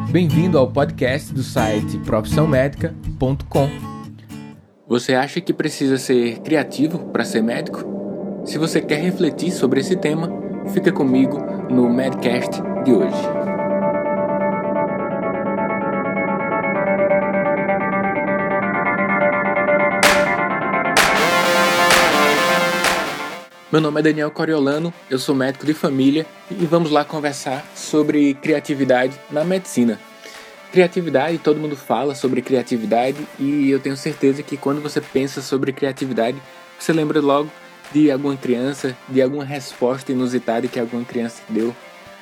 Bem-vindo ao podcast do site profissãomedica.com. Você acha que precisa ser criativo para ser médico? Se você quer refletir sobre esse tema, fica comigo no Medcast de hoje. Meu nome é Daniel Coriolano, eu sou médico de família e vamos lá conversar sobre criatividade na medicina. Criatividade, todo mundo fala sobre criatividade e eu tenho certeza que quando você pensa sobre criatividade, você lembra logo de alguma criança, de alguma resposta inusitada que alguma criança deu.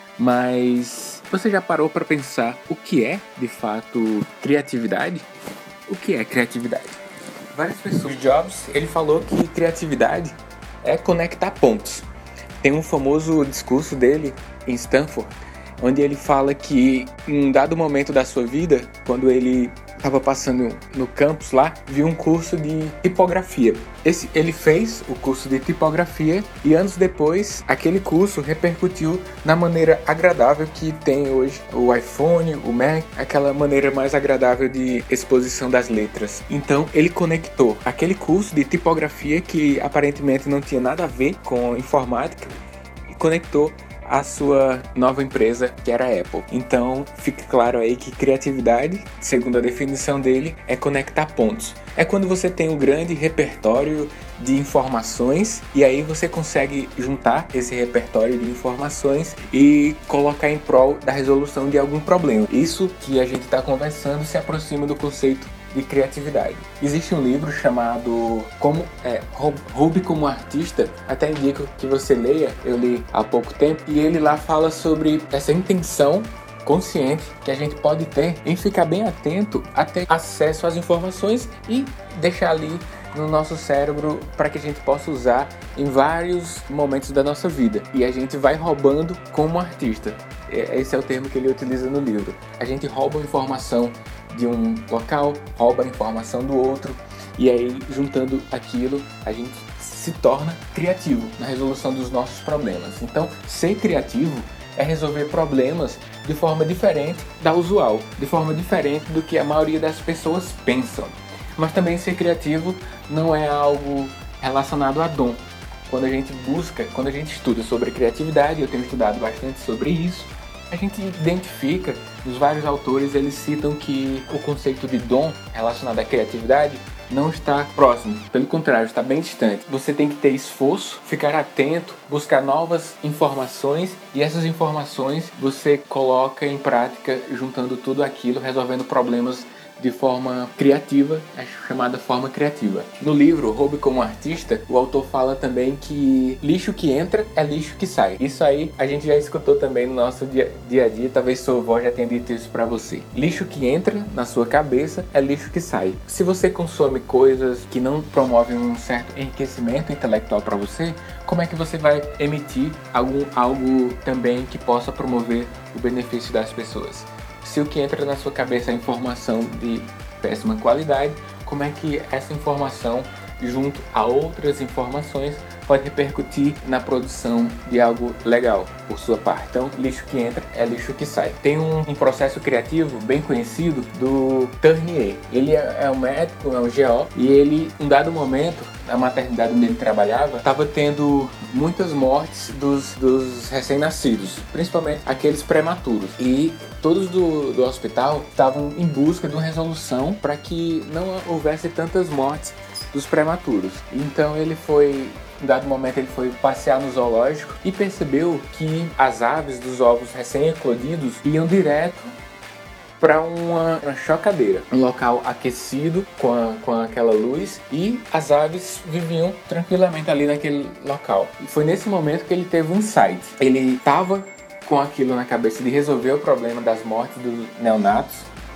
Mas você já parou para pensar o que é, de fato, criatividade? O que é criatividade? Várias pessoas. Jobs, ele falou que criatividade é conectar pontos. Tem um famoso discurso dele em Stanford, onde ele fala que em um dado momento da sua vida, quando ele estava passando no campus lá, viu um curso de tipografia. Ele fez o curso de tipografia e anos depois, aquele curso repercutiu na maneira agradável que tem hoje o iPhone, o Mac, aquela maneira mais agradável de exposição das letras. Então, ele conectou aquele curso de tipografia que aparentemente não tinha nada a ver com informática e conectou a sua nova empresa, que era a Apple. Então, fica claro aí que criatividade, segundo a definição dele, é conectar pontos. É quando você tem um grande repertório de informações e aí você consegue juntar esse repertório de informações e colocar em prol da resolução de algum problema. Isso que a gente está conversando se aproxima do conceito de criatividade. Existe um livro chamado Hobby como Artista, até indico que você leia, eu li há pouco tempo, e ele lá fala sobre essa intenção consciente que a gente pode ter em ficar bem atento a ter acesso às informações e deixar ali no nosso cérebro para que a gente possa usar em vários momentos da nossa vida. E a gente vai roubando como artista. Esse é o termo que ele utiliza no livro. A gente rouba informação de um local, rouba a informação do outro, e aí juntando aquilo a gente se torna criativo na resolução dos nossos problemas. Então, ser criativo é resolver problemas de forma diferente da usual, de forma diferente do que a maioria das pessoas pensam. Mas também ser criativo não é algo relacionado a dom. Quando a gente estuda sobre criatividade, eu tenho estudado bastante sobre isso, a gente identifica, nos vários autores, eles citam que o conceito de dom relacionado à criatividade não está próximo, pelo contrário, está bem distante. Você tem que ter esforço, ficar atento, buscar novas informações e essas informações você coloca em prática juntando tudo aquilo, resolvendo problemas de forma criativa, é chamada forma criativa. No livro Hobby como Artista, o autor fala também que lixo que entra é lixo que sai. Isso aí a gente já escutou também no nosso dia a dia, talvez sua avó já tenha dito isso pra você. Lixo que entra na sua cabeça é lixo que sai. Se você consome coisas que não promovem um certo enriquecimento intelectual para você, como é que você vai emitir algo também que possa promover o benefício das pessoas? Se o que entra na sua cabeça é informação de péssima qualidade, como é que essa informação, junto a outras informações, pode repercutir na produção de algo legal por sua parte? Então, lixo que entra é lixo que sai. Tem um processo criativo bem conhecido do Ternier. Ele é um médico, é um GO, e ele, em um dado momento, na maternidade onde ele trabalhava, estava tendo muitas mortes dos recém-nascidos, principalmente aqueles prematuros. E todos do hospital estavam em busca de uma resolução para que não houvesse tantas mortes dos prematuros. Então em dado momento ele foi passear no zoológico e percebeu que as aves dos ovos recém-eclodidos iam direto para uma chocadeira, um local aquecido com aquela luz, e as aves viviam tranquilamente ali naquele local. E foi nesse momento que ele teve um insight. Ele estava com aquilo na cabeça de resolver o problema das mortes dos neonatos,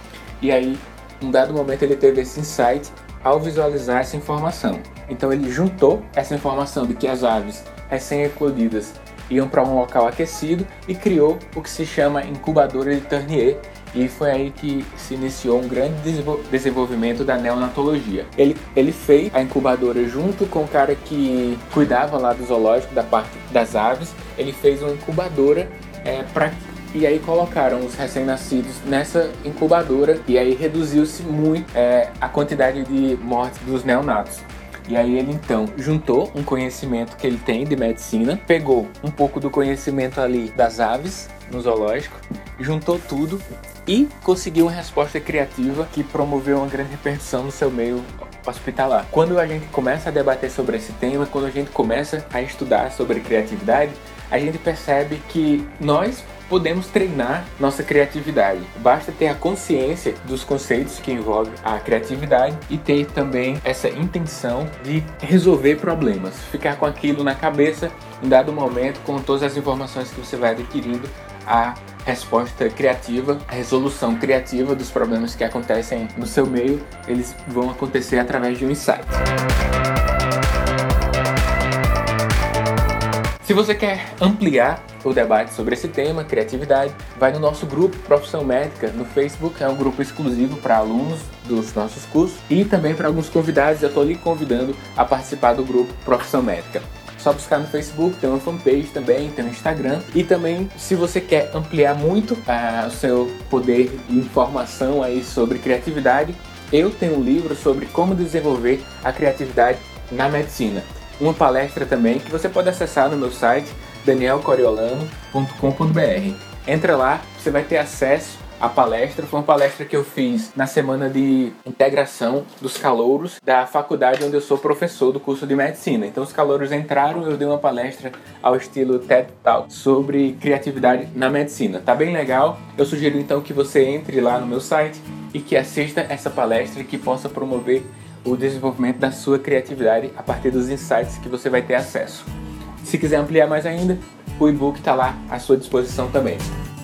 e aí, em um dado momento, ele teve esse insight ao visualizar essa informação. Então ele juntou essa informação de que as aves recém-eclodidas iam para um local aquecido e criou o que se chama incubadora de Ternier, e foi aí que se iniciou um grande desenvolvimento da neonatologia. Ele fez a incubadora junto com o cara que cuidava lá do zoológico, da parte das aves. Ele fez uma incubadora para e aí colocaram os recém-nascidos nessa incubadora e aí reduziu-se muito a quantidade de mortes dos neonatos. E aí ele então juntou um conhecimento que ele tem de medicina, pegou um pouco do conhecimento ali das aves no zoológico, juntou tudo e conseguiu uma resposta criativa que promoveu uma grande repercussão no seu meio hospitalar. Quando a gente começa a debater sobre esse tema, quando a gente começa a estudar sobre criatividade, a gente percebe que nós podemos treinar nossa criatividade. Basta ter a consciência dos conceitos que envolvem a criatividade e ter também essa intenção de resolver problemas. Ficar com aquilo na cabeça em dado momento, com todas as informações que você vai adquirindo, a resposta criativa, a resolução criativa dos problemas que acontecem no seu meio, eles vão acontecer através de um insight. Se você quer ampliar o debate sobre esse tema, criatividade, vai no nosso grupo Profissão Médica no Facebook, é um grupo exclusivo para alunos dos nossos cursos e também para alguns convidados. Eu estou lhe convidando a participar do grupo Profissão Médica. Só buscar no Facebook, tem uma fanpage também, tem um Instagram. E também, se você quer ampliar muito o seu poder de informação aí sobre criatividade, eu tenho um livro sobre como desenvolver a criatividade na medicina. Uma palestra também que você pode acessar no meu site danielcoriolano.com.br. Entra lá, você vai ter acesso à palestra. Foi uma palestra que eu fiz na semana de integração dos calouros da faculdade onde eu sou professor do curso de medicina. Então os calouros entraram e eu dei uma palestra ao estilo TED Talk sobre criatividade na medicina. Tá bem legal. Eu sugiro então que você entre lá no meu site e que assista essa palestra e que possa promover o desenvolvimento da sua criatividade a partir dos insights que você vai ter acesso. Se quiser ampliar mais ainda, o e-book está lá à sua disposição também.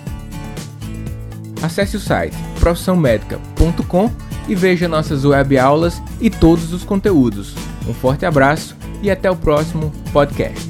Acesse o site profissãomedica.com e veja nossas webaulas e todos os conteúdos. Um forte abraço e até o próximo podcast.